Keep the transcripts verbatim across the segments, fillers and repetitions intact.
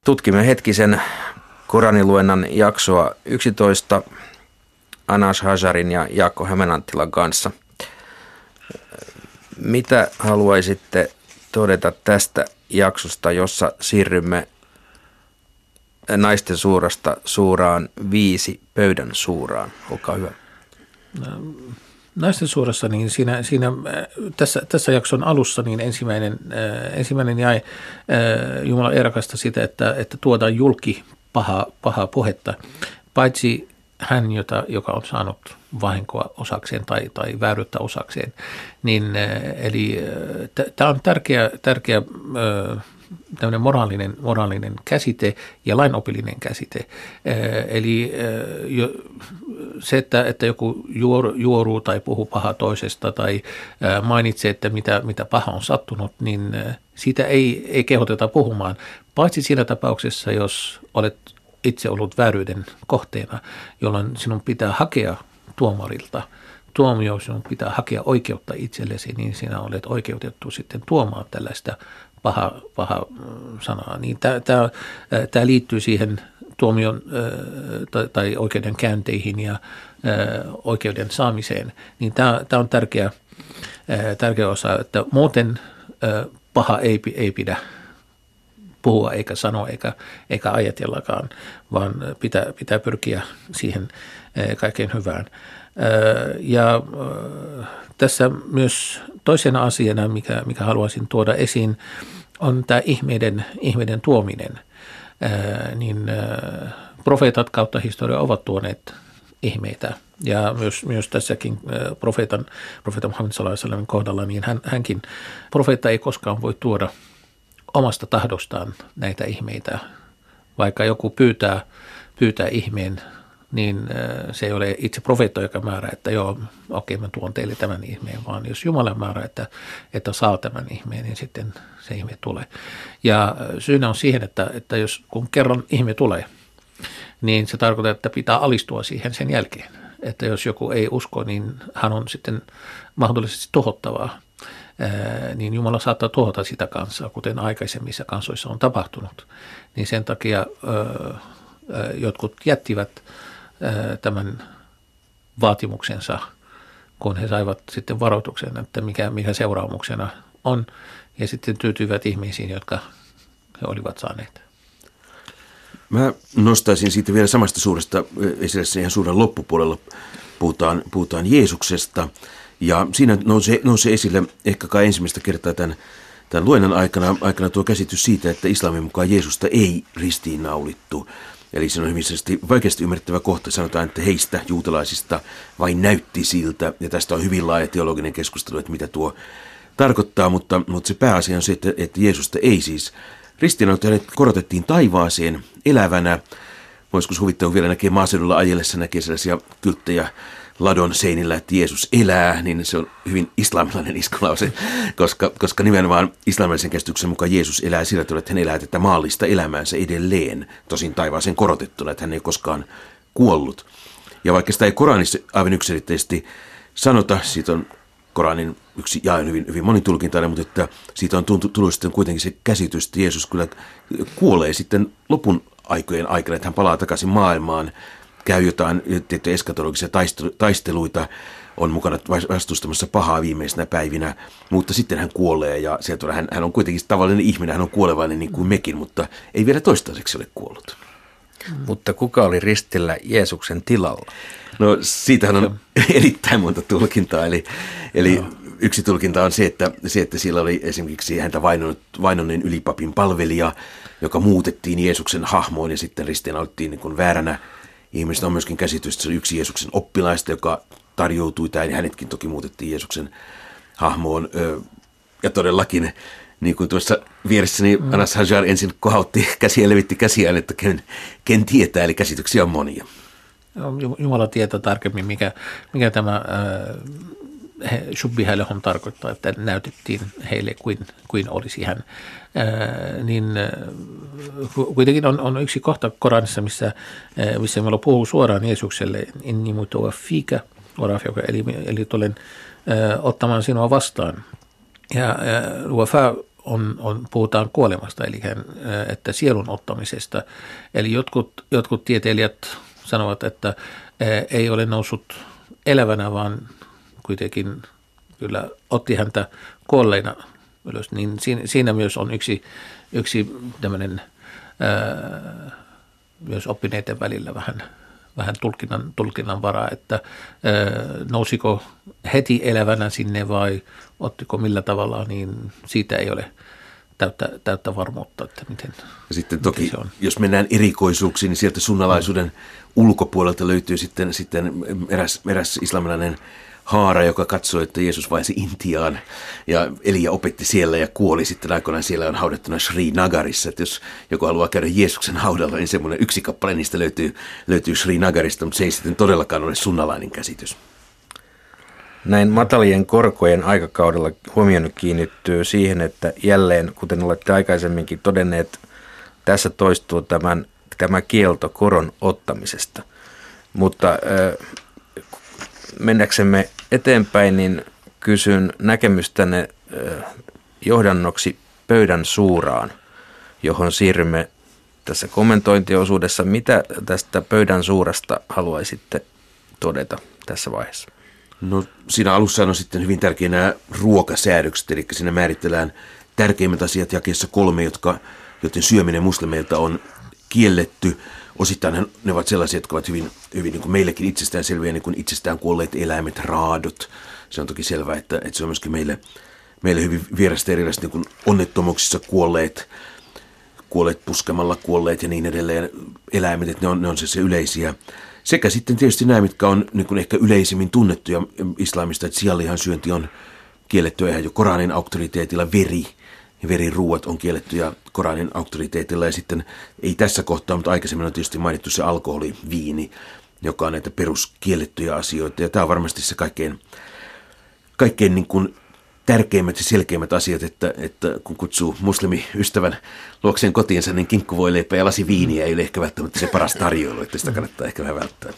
Tutkimme hetkisen Koraniluennan jaksoa yksitoista Anas Hajarin ja Jaakko Hämeenanttilan kanssa. Mitä haluaisitte todeta tästä jaksosta, jossa siirrymme naisten suurasta suuraan viisi pöydän suuraan? Olkaa hyvä. Naisten suurassa, niin siinä, siinä tässä, tässä jakson alussa niin ensimmäinen, äh, ensimmäinen jäi äh, Jumala ei rakasta sitä, että, että tuodaan julki paha, pahaa puhetta, paitsi hän, jota, joka on saanut vahinkoa osakseen tai, tai vääryyttä osakseen. Niin, äh, eli äh, tämä on tärkeä, tärkeä äh, tämmöinen moraalinen, moraalinen käsite ja lainopillinen käsite. Eli se, että, että joku juoruu tai puhuu pahaa toisesta tai mainitsee, että mitä, mitä paha on sattunut, niin siitä ei, ei kehoteta puhumaan. Paitsi siinä tapauksessa, jos olet itse ollut vääryyden kohteena, jolloin sinun pitää hakea tuomarilta tuomio, sinun pitää hakea oikeutta itsellesi, niin sinä olet oikeutettu sitten tuomaan tällaista paha, paha sanaa. Niin tämä liittyy siihen tuomion tai, tai oikeudenkäynteihin ja oikeuden saamiseen. Niin tämä on tärkeä, tärkeä osa, että muuten paha ei, ei pidä puhua eikä sanoa eikä, eikä ajatellakaan, vaan pitää, pitää pyrkiä siihen kaikkein hyvään. Ja tässä myös toisena asiana, mikä, mikä haluaisin tuoda esiin, on tämä ihmeiden, ihmeiden tuominen. Niin profeetat kautta historia ovat tuoneet ihmeitä. Ja myös, myös tässäkin profeetan, profeetan Muhammed sallallahu alaihi wasallam kohdalla, niin hän, hänkin, profeetta ei koskaan voi tuoda omasta tahdostaan näitä ihmeitä. Vaikka joku pyytää, pyytää ihmeen, niin se ei ole itse profeetta, joka määrää, että joo, okei, mä tuon teille tämän ihmeen, vaan jos Jumala määrää, että, että saa tämän ihmeen, niin sitten se ihme tulee. Ja syynä on siihen, että, että jos kun kerran ihme tulee, niin se tarkoittaa, että pitää alistua siihen sen jälkeen. Että jos joku ei usko, niin hän on sitten mahdollisesti tuhottavaa. Niin Jumala saattaa tuhota sitä kansaa, kuten aikaisemmissa kansoissa on tapahtunut. Niin sen takia jotkut jättivät tämän vaatimuksensa, kun he saivat sitten varoituksen, että mikä, mikä seuraamuksena on, ja sitten tyytyivät ihmisiin, jotka he olivat saaneet. Mä nostaisin siitä vielä samasta suuresta esille, ihan suuren loppupuolella puhutaan, puhutaan Jeesuksesta, ja siinä nousee, nousee esille ehkä kai ensimmäistä kertaa tämän, tämän luennan aikana, aikana tuo käsitys siitä, että islamin mukaan Jeesusta ei ristiinnaulittu. Eli se on hyvin vaikeasti ymmärrettävä kohta. Sanotaan, että heistä juutalaisista vain näytti siltä, ja tästä on hyvin laaja teologinen keskustelu, että mitä tuo tarkoittaa, mutta, mutta se pääasia on se, että, että Jeesusta ei siis ristiinnaulittu. Hänet korotettiin taivaaseen elävänä. Voisiko huvittaa vielä näkee maaseudulla ajellessa, näkee sellaisia kylttejä ladon seinillä, että Jeesus elää, niin se on hyvin islamilainen iskulause, koska, koska nimenomaan islamilaisen käsityksen mukaan Jeesus elää sillä tavalla, että hän elää tätä maallista elämäänsä edelleen, tosin taivaaseen korotettuna, että hän ei koskaan kuollut. Ja vaikka sitä ei Koranissa aivan yksiselitteisesti sanota, siitä on Koranin yksi jae hyvin, hyvin monitulkintainen, mutta että siitä on tullut sitten kuitenkin se käsitys, että Jeesus kyllä kuolee sitten lopun aikojen aikana, että hän palaa takaisin maailmaan, käy jotain tiettyjä eskatologisia taisteluita, on mukana vastustamassa pahaa viimeisenä päivinä, mutta sitten hän kuolee ja sieltä hän, hän on kuitenkin tavallinen ihminen, hän on kuolevainen niin kuin mekin, mutta ei vielä toistaiseksi ole kuollut. Mm. Mutta kuka oli ristillä Jeesuksen tilalla? No siitähän on erittäin monta tulkintaa, eli, eli no. Yksi tulkinta on se, että, se, että siellä oli esimerkiksi häntä vainonneen ylipapin palvelija, joka muutettiin Jeesuksen hahmoon ja sitten ristiinnaulittiin niin kuin vääränä. Ihmiset on myöskin käsitys, että se oli yksi Jeesuksen oppilaista, joka tarjoutui tähän, ja hänetkin toki muutettiin Jeesuksen hahmoon. Ja todellakin, niin kuin tuossa vieressäni mm. Anas Hajar ensin kohautti käsiä ja levitti käsiään, että ken, ken tietää, eli käsityksiä on monia. Jumala tietää tarkemmin, mikä, mikä tämä äh, shubbiha lahum tarkoittaa, että näytettiin heille kuin, kuin olisi hän. Äh, niin äh, kuitenkin on, on yksi kohta Koranissa, missä, äh, missä meillä puhuu suoraan Jeesukselle, inni mutawaffika warafiuka, eli, eli tulen äh, ottamaan sinua vastaan. Ja äh, wafa on, on, puhutaan kuolemasta, eli että sielun ottamisesta. Eli jotkut, jotkut tieteilijät sanovat, että ei ole noussut elävänä, vaan kuitenkin kyllä otti häntä kuolleina ylös. Niin siinä, siinä myös on yksi, yksi tämmöinen ää, myös oppineiden välillä vähän, vähän tulkinnan, tulkinnan varaa, että ää, nousiko heti elävänä sinne vai ottiko millä tavalla, niin siitä ei ole täyttä, täyttä varmuutta, että miten, ja sitten toki, miten se on. Jos mennään erikoisuuksiin, niin sieltä sunnalaisuuden mm. ulkopuolelta löytyy sitten, sitten eräs, eräs islamilainen haara, joka katsoi, että Jeesus vaelsi Intiaan ja eli ja opetti siellä ja kuoli sitten aikoinaan. Siellä on haudattuna Srinagarissa, että jos joku haluaa käydä Jeesuksen haudalla, niin semmoinen yksi kappale niistä löytyy, löytyy Srinagarista, mutta se ei sitten todellakaan ole sunnalainen käsitys. Näin matalien korkojen aikakaudella huomioni kiinnittyy siihen, että jälleen, kuten olette aikaisemminkin todenneet, tässä toistuu tämän, tämä kielto koron ottamisesta. Mutta äh, mennäksemme eteenpäin, niin kysyn näkemystänne äh, johdannoksi pöydän suuraan, johon siirrymme tässä kommentointiosuudessa. Mitä tästä pöydän suurasta haluaisitte todeta tässä vaiheessa? No siinä alussa on sitten hyvin tärkeä nämä ruokasäädökset, eli siinä määritellään tärkeimmät asiat jakeessa kolme, jotka, joten syöminen muslimeilta on kielletty. Osittain ne ovat sellaisia, jotka ovat hyvin, hyvin niin kuin meillekin itsestään selviä, niin kuin itsestään kuolleet eläimet, raadot. Se on toki selvää, että, että se on myöskin meille, meille hyvin vierasta erilaiset niin kuin onnettomuuksissa kuolleet, kuolleet puskemalla, kuolleet ja niin edelleen eläimet, että ne on, ne on se, se yleisiä. Sekä sitten tietysti nämä, mitkä on niin kuin ehkä yleisimmin tunnettuja islamista, että sianlihan syönti on kiellettyä ihan jo Koranin auktoriteetilla, veri ja veriruuat on kiellettyjä Koranin auktoriteetilla. Ja sitten ei tässä kohtaa, mutta aikaisemmin on tietysti mainittu se alkoholi, viini, joka on näitä peruskiellettyjä asioita. Ja tämä on varmasti se kaikkein, kaikkein niin kuin tärkeimmät ja selkeimmät asiat, että, että kun kutsuu muslimiystävän luokseen kotiinsa, niin kinkkuvoileipä ja lasi viiniä ei ole ehkä välttämättä se paras tarjoilu, että sitä kannattaa ehkä vähän välttää.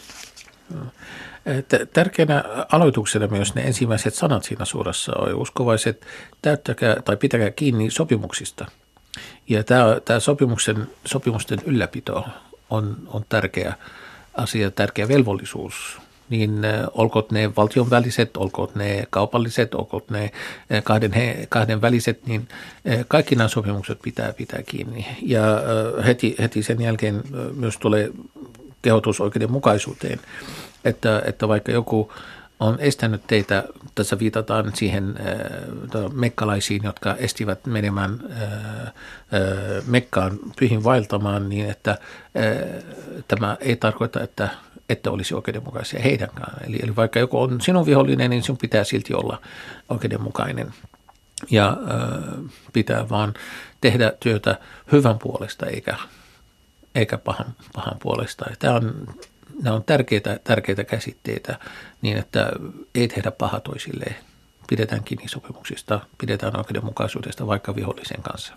Tärkeänä aloituksena myös ne ensimmäiset sanat siinä suurassa on uskovaiset, täyttäkää tai pitäkää kiinni sopimuksista. Ja tämä, tämä sopimuksen, sopimusten ylläpito on, on tärkeä asia, tärkeä velvollisuus. Niin olkoot ne valtion väliset, olkoot ne kaupalliset, olkoot ne kahden, he, kahden väliset, niin kaikki nämä sopimukset pitää pitää kiinni. Ja heti, heti sen jälkeen myös tulee kehotus oikeudenmukaisuuteen, että, että vaikka joku on estänyt teitä, tässä viitataan siihen äh, mekkalaisiin, jotka estivät menemään äh, äh, Mekkaan pyhin vaeltamaan, niin että äh, tämä ei tarkoita, että että olisi oikeudenmukaisia heidänkään. Eli, eli vaikka joku on sinun vihollinen, niin sinun pitää silti olla oikeudenmukainen. Ja äh, pitää vaan tehdä työtä hyvän puolesta eikä, eikä pahan, pahan puolesta. Ja tämä on, nämä on tärkeitä, tärkeitä käsitteitä niin, että ei tehdä paha toisilleen. Pidetään kiinni sopimuksista, pidetään oikeudenmukaisuudesta vaikka vihollisen kanssa.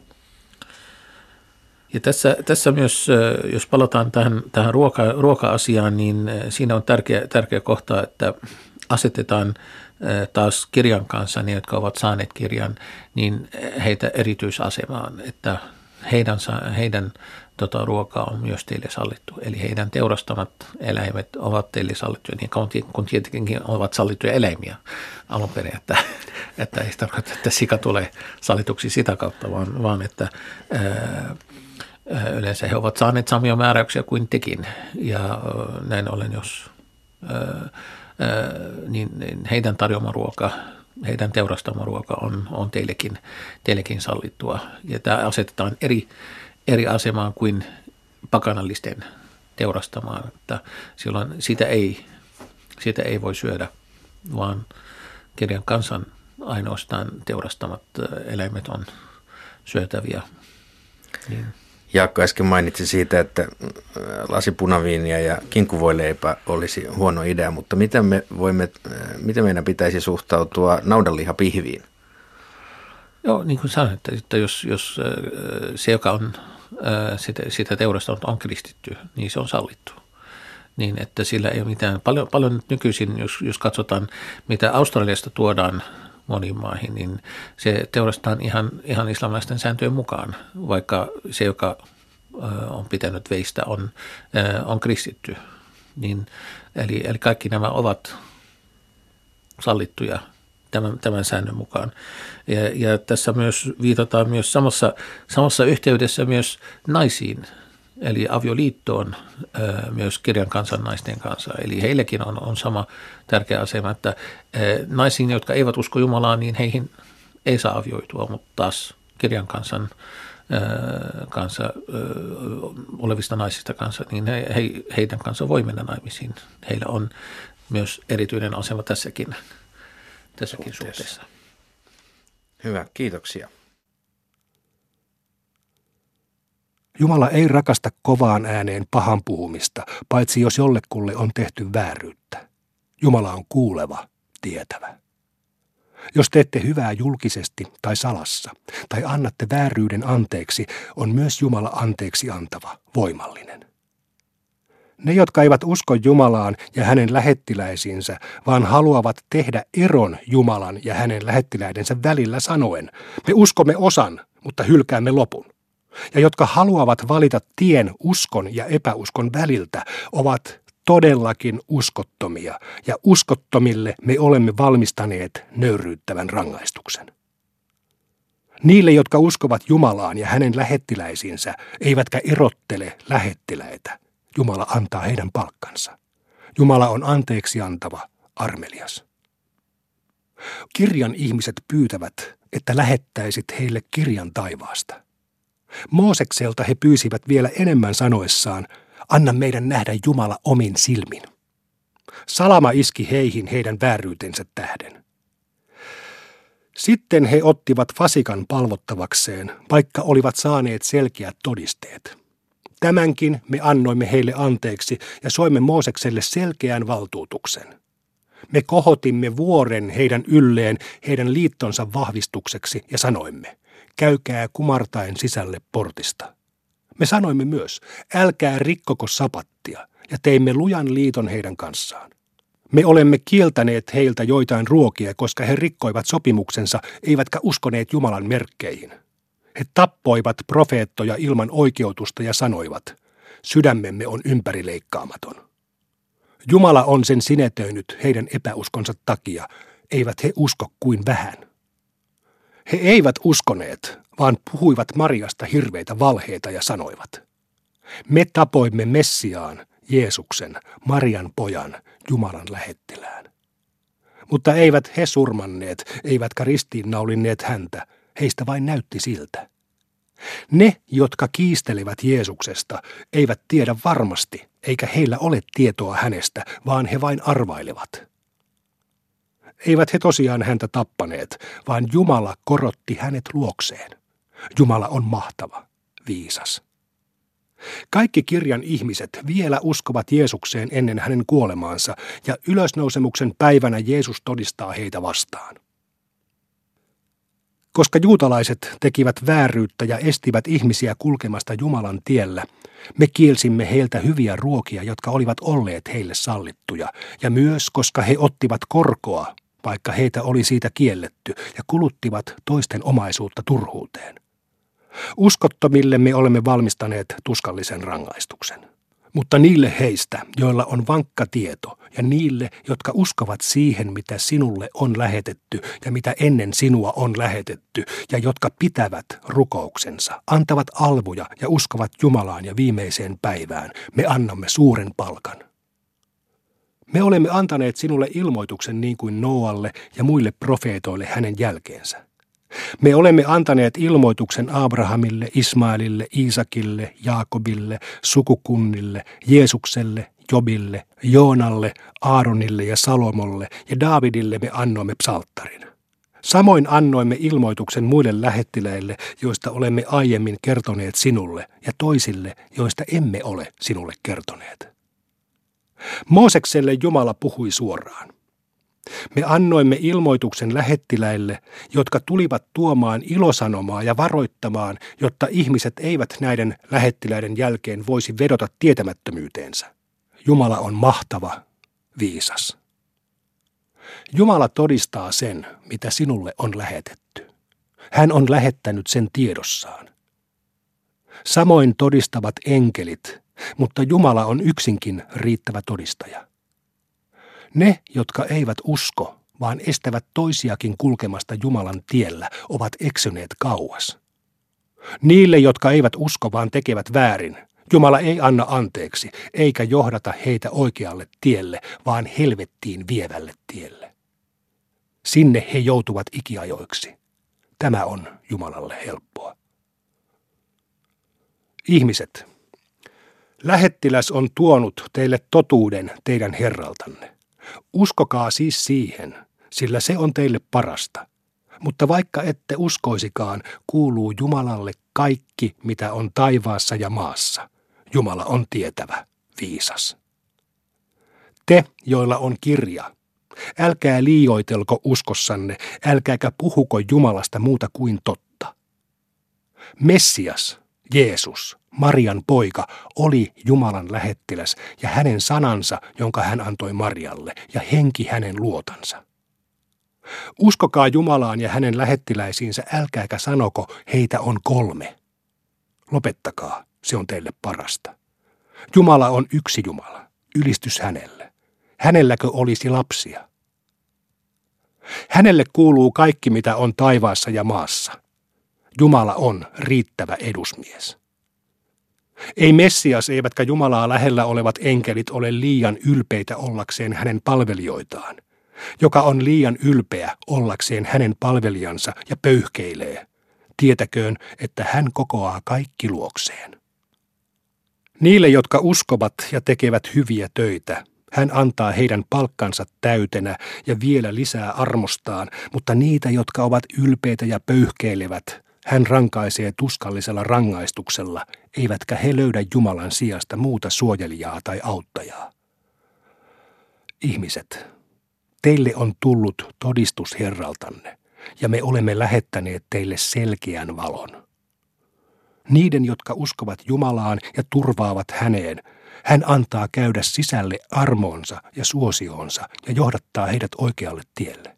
Ja tässä, tässä myös, jos palataan tähän, tähän ruoka, ruoka-asiaan, niin siinä on tärkeä, tärkeä kohta, että asetetaan taas kirjan kanssa, ne jotka ovat saaneet kirjan, niin heitä erityisasemaan, että heidän, heidän tota, ruoka on myös teille sallittu. Eli heidän teurastamat eläimet ovat teille sallittuja, niin kun tietenkin ovat sallittuja eläimiä alun perin, että, että ei tarkoita, että sika tulee sallituksi sitä kautta, vaan, vaan että ää, yleensä he ovat saaneet samoja määräyksiä kuin tekin, ja näin ollen, jos ää, niin heidän tarjoama ruoka, heidän teurastama ruoka on, on teillekin, teillekin sallittua. Ja tämä asetetaan eri, eri asemaan kuin pakanallisten teurastamaan, että silloin sitä ei, sitä ei voi syödä, vaan kirjan kansan ainoastaan teurastamat eläimet on syötäviä. Niin. Jaakko äsken mainitsi siitä, että lasi punaviiniä ja kinkkuvoileipä olisi huono idea, mutta miten, me voimme, miten meidän pitäisi suhtautua naudanlihapihviin? Joo, niin kuin sanoin, että jos, jos se, joka on sitä, sitä teurastanut, on kristitty, niin se on sallittu. Niin, että sillä ei ole mitään. Paljon, paljon nykyisin, jos, jos katsotaan, mitä Australiasta tuodaan moniin maihin, niin se teurastetaan ihan, ihan islamilaisten sääntöjen mukaan, vaikka se, joka on pitänyt veistä, on, on kristitty. Niin, eli, eli kaikki nämä ovat sallittuja tämän, tämän säännön mukaan. Ja, ja tässä myös viitataan myös samassa, samassa yhteydessä myös naisiin, eli avioliittoon myös kirjan kansan naisten kanssa. Eli heillekin on, on sama tärkeä asema, että naisiin, jotka eivät usko Jumalaan, niin heihin ei saa avioitua, mutta taas kirjan kansan kanssa olevista naisista kanssa, niin he, he, heidän kanssa voi mennä naimisiin. Heillä on myös erityinen asema tässäkin, tässäkin suhteessa. Hyvä, kiitoksia. Jumala ei rakasta kovaan ääneen pahan puhumista, paitsi jos jollekulle on tehty vääryyttä. Jumala on kuuleva, tietävä. Jos teette hyvää julkisesti tai salassa, tai annatte vääryyden anteeksi, on myös Jumala anteeksi antava, voimallinen. Ne, jotka eivät usko Jumalaan ja hänen lähettiläisiinsä, vaan haluavat tehdä eron Jumalan ja hänen lähettiläidensä välillä sanoen, me uskomme osan, mutta hylkäämme lopun. Ja jotka haluavat valita tien uskon ja epäuskon väliltä, ovat todellakin uskottomia, ja uskottomille me olemme valmistaneet nöyryyttävän rangaistuksen. Niille, jotka uskovat Jumalaan ja hänen lähettiläisiinsä, eivätkä erottele lähettiläitä, Jumala antaa heidän palkkansa. Jumala on anteeksi antava, armelias. Kirjan ihmiset pyytävät, että lähettäisit heille kirjan taivaasta. Moosekselta he pyysivät vielä enemmän sanoessaan, anna meidän nähdä Jumala omin silmin. Salama iski heihin heidän vääryytensä tähden. Sitten he ottivat vasikan palvottavakseen, vaikka olivat saaneet selkeät todisteet. Tämänkin me annoimme heille anteeksi ja soimme Moosekselle selkeän valtuutuksen. Me kohotimme vuoren heidän ylleen heidän liittonsa vahvistukseksi ja sanoimme, käykää kumartaen sisälle portista. Me sanoimme myös, älkää rikkoko sapattia, ja teimme lujan liiton heidän kanssaan. Me olemme kieltäneet heiltä joitain ruokia, koska he rikkoivat sopimuksensa, eivätkä uskoneet Jumalan merkkeihin. He tappoivat profeettoja ilman oikeutusta ja sanoivat, sydämemme on ympärileikkaamaton. Jumala on sen sinetöinyt heidän epäuskonsa takia, eivät he usko kuin vähän. He eivät uskoneet, vaan puhuivat Mariasta hirveitä valheita ja sanoivat, me tapoimme Messiaan, Jeesuksen, Marian pojan, Jumalan lähettilään. Mutta eivät he surmanneet, eivätkä ristiinnaulinneet häntä, heistä vain näytti siltä. Ne, jotka kiistelivät Jeesuksesta, eivät tiedä varmasti, eikä heillä ole tietoa hänestä, vaan he vain arvailevat. Eivät he tosiaan häntä tappaneet, vaan Jumala korotti hänet luokseen. Jumala on mahtava, viisas. Kaikki kirjan ihmiset vielä uskovat Jeesukseen ennen hänen kuolemaansa, ja ylösnousemuksen päivänä Jeesus todistaa heitä vastaan. Koska juutalaiset tekivät vääryyttä ja estivät ihmisiä kulkemasta Jumalan tiellä, me kielsimme heiltä hyviä ruokia, jotka olivat olleet heille sallittuja, ja myös koska he ottivat korkoa, vaikka heitä oli siitä kielletty, ja kuluttivat toisten omaisuutta turhuuteen. Uskottomille me olemme valmistaneet tuskallisen rangaistuksen. Mutta niille heistä, joilla on vankka tieto, ja niille, jotka uskovat siihen, mitä sinulle on lähetetty ja mitä ennen sinua on lähetetty, ja jotka pitävät rukouksensa, antavat alvuja ja uskovat Jumalaan ja viimeiseen päivään, me annamme suuren palkan. Me olemme antaneet sinulle ilmoituksen niin kuin Nooalle ja muille profeetoille hänen jälkeensä. Me olemme antaneet ilmoituksen Abrahamille, Ismaelille, Iisakille, Jaakobille, sukukunnille, Jeesukselle, Jobille, Joonalle, Aaronille ja Salomolle, ja Daavidille me annoimme psalttarin. Samoin annoimme ilmoituksen muille lähettiläille, joista olemme aiemmin kertoneet sinulle, ja toisille, joista emme ole sinulle kertoneet. Moosekselle Jumala puhui suoraan. Me annoimme ilmoituksen lähettiläille, jotka tulivat tuomaan ilosanomaa ja varoittamaan, jotta ihmiset eivät näiden lähettiläiden jälkeen voisi vedota tietämättömyyteensä. Jumala on mahtava, viisas. Jumala todistaa sen, mitä sinulle on lähetetty. Hän on lähettänyt sen tiedossaan. Samoin todistavat enkelit, mutta Jumala on yksinkin riittävä todistaja. Ne, jotka eivät usko, vaan estävät toisiakin kulkemasta Jumalan tiellä, ovat eksyneet kauas. Niille, jotka eivät usko, vaan tekevät väärin, Jumala ei anna anteeksi, eikä johdata heitä oikealle tielle, vaan helvettiin vievälle tielle. Sinne he joutuvat ikiajoiksi. Tämä on Jumalalle helppoa. Ihmiset, lähettiläs on tuonut teille totuuden teidän Herraltanne. Uskokaa siis siihen, sillä se on teille parasta. Mutta vaikka ette uskoisikaan, kuuluu Jumalalle kaikki, mitä on taivaassa ja maassa. Jumala on tietävä, viisas. Te, joilla on kirja, älkää liioitelko uskossanne, älkääkä puhuko Jumalasta muuta kuin totta. Messias, Jeesus, Marian poika, oli Jumalan lähettiläs ja hänen sanansa, jonka hän antoi Marialle, ja henki hänen luotansa. Uskokaa Jumalaan ja hänen lähettiläisiinsä, älkääkä sanoko, heitä on kolme. Lopettakaa, se on teille parasta. Jumala on yksi Jumala, ylistys hänelle. Hänelläkö olisi lapsia? Hänelle kuuluu kaikki, mitä on taivaassa ja maassa. Jumala on riittävä edusmies. Ei Messias eivätkä Jumalaa lähellä olevat enkelit ole liian ylpeitä ollakseen hänen palvelijoitaan. Joka on liian ylpeä ollakseen hänen palvelijansa ja pöyhkeilee, tietäköön, että hän kokoaa kaikki luokseen. Niille, jotka uskovat ja tekevät hyviä töitä, hän antaa heidän palkkansa täytenä ja vielä lisää armostaan, mutta niitä, jotka ovat ylpeitä ja pöyhkeilevät, hän rankaisee tuskallisella rangaistuksella, eivätkä he löydä Jumalan sijasta muuta suojelijaa tai auttajaa. Ihmiset, teille on tullut todistus Herraltanne, ja me olemme lähettäneet teille selkeän valon. Niiden, jotka uskovat Jumalaan ja turvaavat häneen, hän antaa käydä sisälle armoonsa ja suosioonsa ja johdattaa heidät oikealle tielle.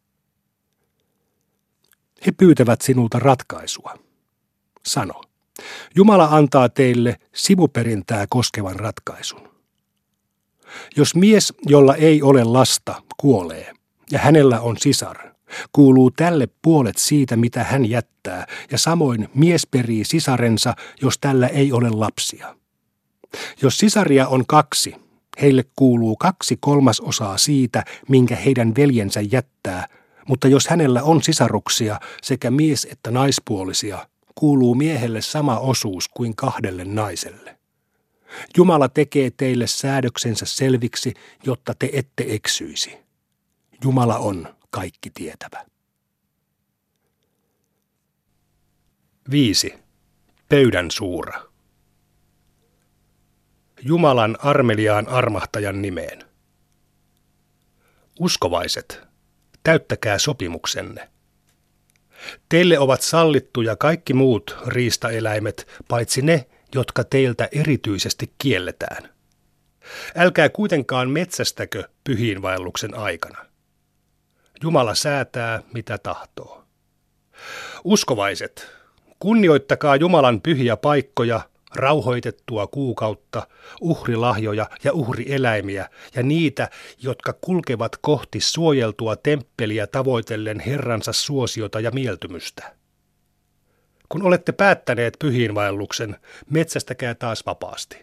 He pyytävät sinulta ratkaisua. Sano, Jumala antaa teille sivuperintää koskevan ratkaisun. Jos mies, jolla ei ole lasta, kuolee ja hänellä on sisar, kuuluu tälle puolet siitä, mitä hän jättää, ja samoin mies perii sisarensa, jos tällä ei ole lapsia. Jos sisaria on kaksi, heille kuuluu kaksi kolmasosaa siitä, minkä heidän veljensä jättää, mutta jos hänellä on sisaruksia, sekä mies- että naispuolisia, kuuluu miehelle sama osuus kuin kahdelle naiselle. Jumala tekee teille säädöksensä selviksi, jotta te ette eksyisi. Jumala on kaikki tietävä. Viisi. Pöydän suura. Jumalan armeliaan armahtajan nimeen. Uskovaiset, täyttäkää sopimuksenne. Teille ovat sallittuja kaikki muut riistaeläimet, paitsi ne, jotka teiltä erityisesti kielletään. Älkää kuitenkaan metsästäkö pyhiinvaelluksen aikana. Jumala säätää, mitä tahtoo. Uskovaiset, kunnioittakaa Jumalan pyhiä paikkoja, rauhoitettua kuukautta, uhrilahjoja ja uhrieläimiä ja niitä, jotka kulkevat kohti suojeltua temppeliä tavoitellen Herransa suosiota ja mieltymystä. Kun olette päättäneet pyhiinvaelluksen, metsästäkää taas vapaasti.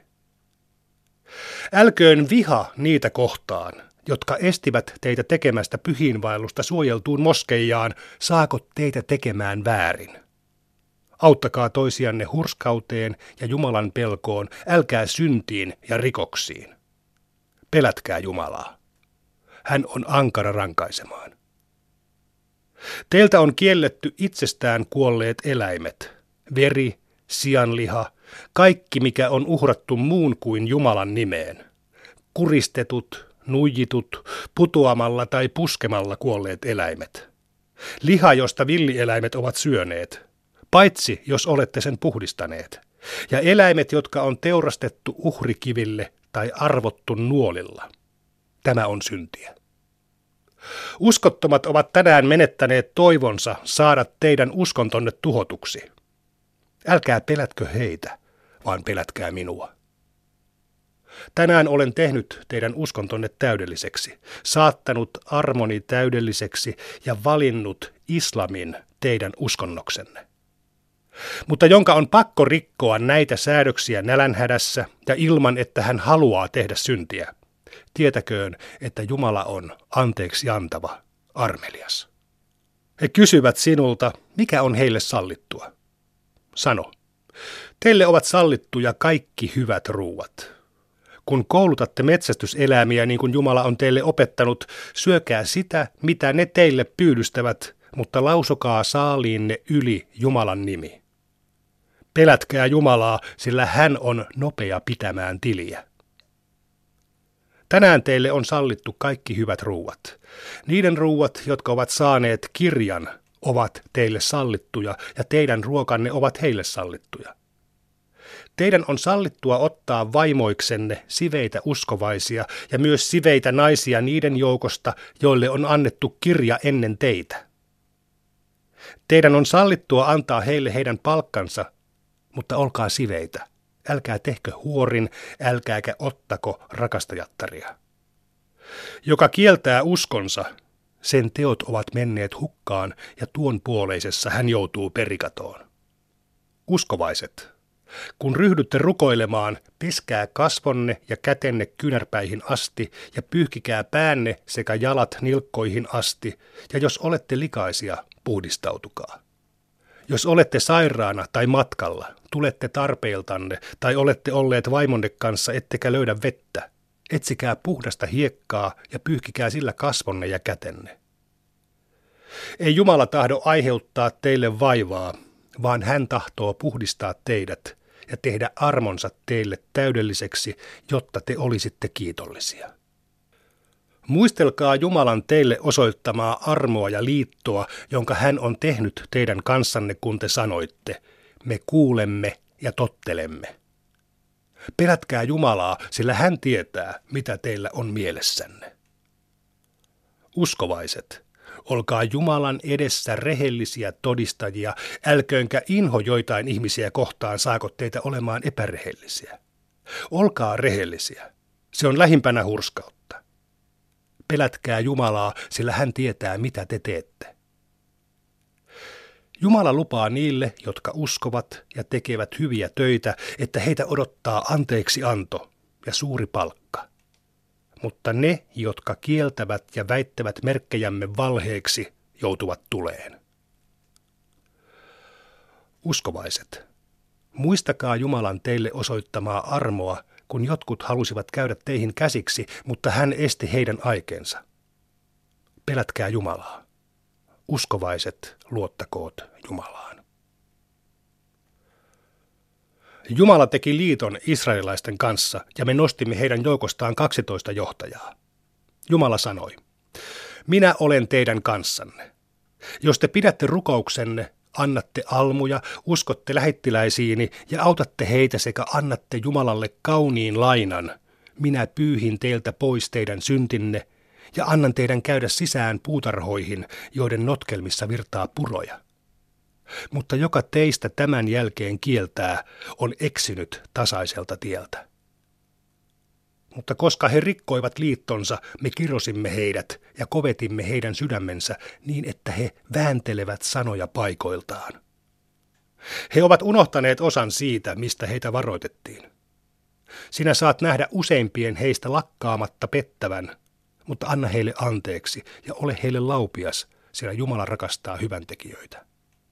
Älköön viha niitä kohtaan, jotka estivät teitä tekemästä pyhiinvaellusta suojeltuun moskeijaan, saako teitä tekemään väärin. Auttakaa toisianne hurskauteen ja Jumalan pelkoon, älkää syntiin ja rikoksiin. Pelätkää Jumalaa. Hän on ankara rankaisemaan. Teiltä on kielletty itsestään kuolleet eläimet, veri, sianliha, kaikki mikä on uhrattu muun kuin Jumalan nimeen, kuristetut, nuijitut, putoamalla tai puskemalla kuolleet eläimet, liha, josta villieläimet ovat syöneet, paitsi jos olette sen puhdistaneet, ja eläimet, jotka on teurastettu uhrikiville tai arvottu nuolilla. Tämä on syntiä. Uskottomat ovat tänään menettäneet toivonsa saada teidän uskontonne tuhotuksi. Älkää pelätkö heitä, vaan pelätkää minua. Tänään olen tehnyt teidän uskontonne täydelliseksi, saattanut armoni täydelliseksi ja valinnut islamin teidän uskonnoksenne. Mutta jonka on pakko rikkoa näitä säädöksiä nälänhädässä ja ilman, että hän haluaa tehdä syntiä, tietäköön, että Jumala on anteeksi antava, armelias. He kysyvät sinulta, mikä on heille sallittua. Sano, teille ovat sallittuja kaikki hyvät ruuat. Kun koulutatte metsästyseläimiä niin kuin Jumala on teille opettanut, syökää sitä, mitä ne teille pyydystävät, mutta lausukaa saaliinne yli Jumalan nimi. Pelätkää Jumalaa, sillä hän on nopea pitämään tiliä. Tänään teille on sallittu kaikki hyvät ruuat. Niiden ruuat, jotka ovat saaneet kirjan, ovat teille sallittuja ja teidän ruokanne ovat heille sallittuja. Teidän on sallittua ottaa vaimoiksenne siveitä uskovaisia ja myös siveitä naisia niiden joukosta, joille on annettu kirja ennen teitä. Teidän on sallittua antaa heille heidän palkkansa, mutta olkaa siveitä. Älkää tehkö huorin, älkääkä ottako rakastajattaria. Joka kieltää uskonsa, sen teot ovat menneet hukkaan ja tuon puoleisessa hän joutuu perikatoon. Uskovaiset, kun ryhdytte rukoilemaan, peskää kasvonne ja kätenne kynärpäihin asti ja pyyhkikää päänne sekä jalat nilkkoihin asti, ja jos olette likaisia, puhdistautukaa. Jos olette sairaana tai matkalla, tulette tarpeiltanne tai olette olleet vaimonne kanssa ettekä löydä vettä, etsikää puhdasta hiekkaa ja pyyhkikää sillä kasvonne ja kätenne. Ei Jumala tahdo aiheuttaa teille vaivaa, vaan hän tahtoo puhdistaa teidät ja tehdä armonsa teille täydelliseksi, jotta te olisitte kiitollisia. Muistelkaa Jumalan teille osoittamaa armoa ja liittoa, jonka hän on tehnyt teidän kanssanne, kun te sanoitte, me kuulemme ja tottelemme. Pelätkää Jumalaa, sillä hän tietää, mitä teillä on mielessänne. Uskovaiset, olkaa Jumalan edessä rehellisiä todistajia, älköönkä inho joitain ihmisiä kohtaan saako teitä olemaan epärehellisiä. Olkaa rehellisiä, se on lähimpänä hurskautta. Pelätkää Jumalaa, sillä hän tietää, mitä te teette. Jumala lupaa niille, jotka uskovat ja tekevät hyviä töitä, että heitä odottaa anteeksi anto ja suuri palkka. Mutta ne, jotka kieltävät ja väittävät merkkejämme valheeksi, joutuvat tuleen. Uskovaiset, muistakaa Jumalan teille osoittamaa armoa, kun jotkut halusivat käydä teihin käsiksi, mutta hän esti heidän aikeensa. Pelätkää Jumalaa. Uskovaiset, luottakoot Jumalaan. Jumala teki liiton israelilaisten kanssa, ja me nostimme heidän joukostaan kaksitoista johtajaa. Jumala sanoi, minä olen teidän kanssanne. Jos te pidätte rukouksenne, annatte almuja, uskotte lähettiläisiini ja autatte heitä sekä annatte Jumalalle kauniin lainan, minä pyyhin teiltä pois teidän syntinne ja annan teidän käydä sisään puutarhoihin, joiden notkelmissa virtaa puroja. Mutta joka teistä tämän jälkeen kieltää, on eksynyt tasaiselta tieltä. Mutta koska he rikkoivat liittonsa, me kirosimme heidät ja kovetimme heidän sydämensä niin, että he vääntelevät sanoja paikoiltaan. He ovat unohtaneet osan siitä, mistä heitä varoitettiin. Sinä saat nähdä useimpien heistä lakkaamatta pettävän, mutta anna heille anteeksi ja ole heille laupias, sillä Jumala rakastaa hyväntekijöitä.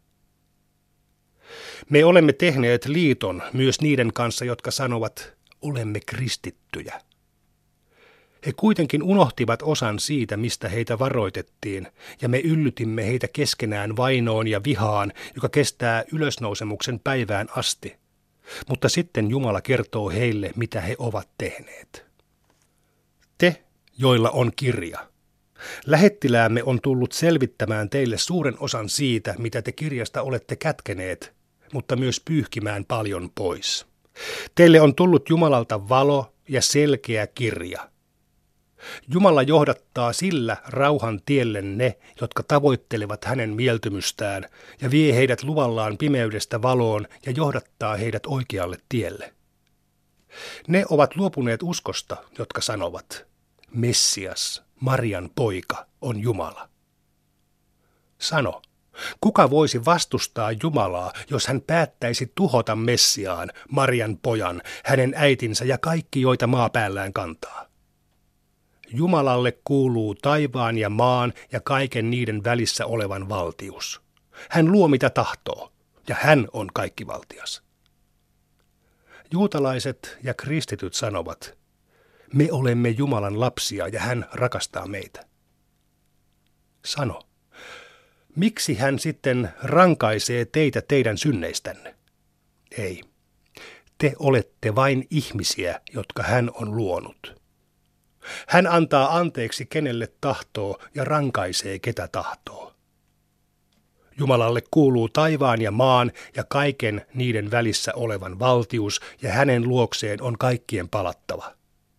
Me olemme tehneet liiton myös niiden kanssa, jotka sanovat, olemme kristittyjä. He kuitenkin unohtivat osan siitä, mistä heitä varoitettiin, ja me yllytimme heitä keskenään vainoon ja vihaan, joka kestää ylösnousemuksen päivään asti. Mutta sitten Jumala kertoo heille, mitä he ovat tehneet. Te, joilla on kirja. Lähettiläämme on tullut selvittämään teille suuren osan siitä, mitä te kirjasta olette kätkeneet, mutta myös pyyhkimään paljon pois. Teille on tullut Jumalalta valo ja selkeä kirja. Jumala johdattaa sillä rauhan tielle ne, jotka tavoittelevat hänen mieltymystään, ja vie heidät luvallaan pimeydestä valoon ja johdattaa heidät oikealle tielle. Ne ovat luopuneet uskosta, jotka sanovat, Messias, Marian poika, on Jumala. Sano, kuka voisi vastustaa Jumalaa, jos hän päättäisi tuhota Messiaan, Marian pojan, hänen äitinsä ja kaikki, joita maa päällään kantaa? Jumalalle kuuluu taivaan ja maan ja kaiken niiden välissä olevan valtius. Hän luo mitä tahtoo, ja hän on kaikkivaltias. Juutalaiset ja kristityt sanovat, me olemme Jumalan lapsia ja hän rakastaa meitä. Sano, miksi hän sitten rankaisee teitä teidän synneistänne? Ei, te olette vain ihmisiä, jotka hän on luonut. Hän antaa anteeksi kenelle tahtoo ja rankaisee ketä tahtoo. Jumalalle kuuluu taivaan ja maan ja kaiken niiden välissä olevan valtius, ja hänen luokseen on kaikkien palattava.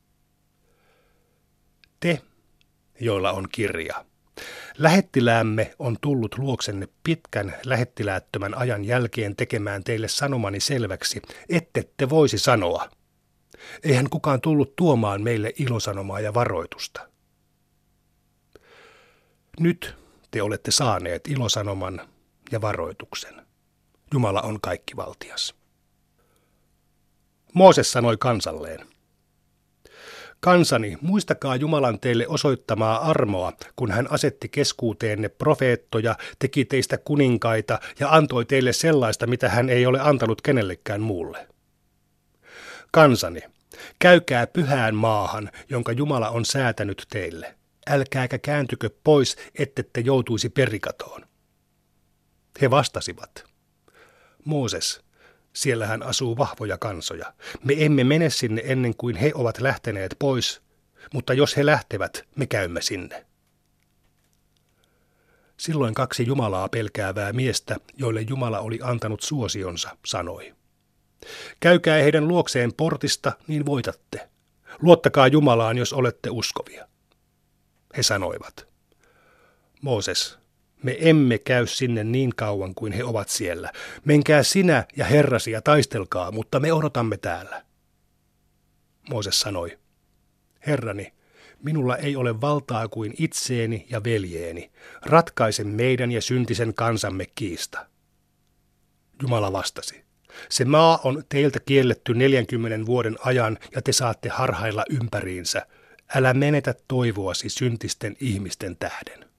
Te, joilla on kirja, lähettiläämme on tullut luoksenne pitkän lähettiläättömän ajan jälkeen tekemään teille sanomani selväksi, ettette voisi sanoa. Eihän kukaan tullut tuomaan meille ilosanomaa ja varoitusta. Nyt te olette saaneet ilosanoman ja varoituksen. Jumala on kaikkivaltias. Mooses sanoi kansalleen, kansani, muistakaa Jumalan teille osoittamaa armoa, kun hän asetti keskuuteenne profeettoja, teki teistä kuninkaita ja antoi teille sellaista, mitä hän ei ole antanut kenellekään muulle. Kansani, käykää pyhään maahan, jonka Jumala on säätänyt teille. Älkääkä kääntykö pois, ettette joutuisi perikatoon. He vastasivat, Mooses, siellähän asuu vahvoja kansoja. Me emme mene sinne ennen kuin he ovat lähteneet pois, mutta jos he lähtevät, me käymme sinne. Silloin kaksi Jumalaa pelkäävää miestä, joille Jumala oli antanut suosionsa, sanoi, käykää heidän luokseen portista, niin voitatte. Luottakaa Jumalaan, jos olette uskovia. He sanoivat, Mooses, me emme käy sinne niin kauan kuin he ovat siellä. Menkää sinä ja herrasi ja taistelkaa, mutta me odotamme täällä. Mooses sanoi, Herrani, minulla ei ole valtaa kuin itseeni ja veljeeni. Ratkaise meidän ja syntisen kansamme kiista. Jumala vastasi, se maa on teiltä kielletty neljänkymmenen vuoden ajan ja te saatte harhailla ympäriinsä. Älä menetä toivoasi syntisten ihmisten tähden.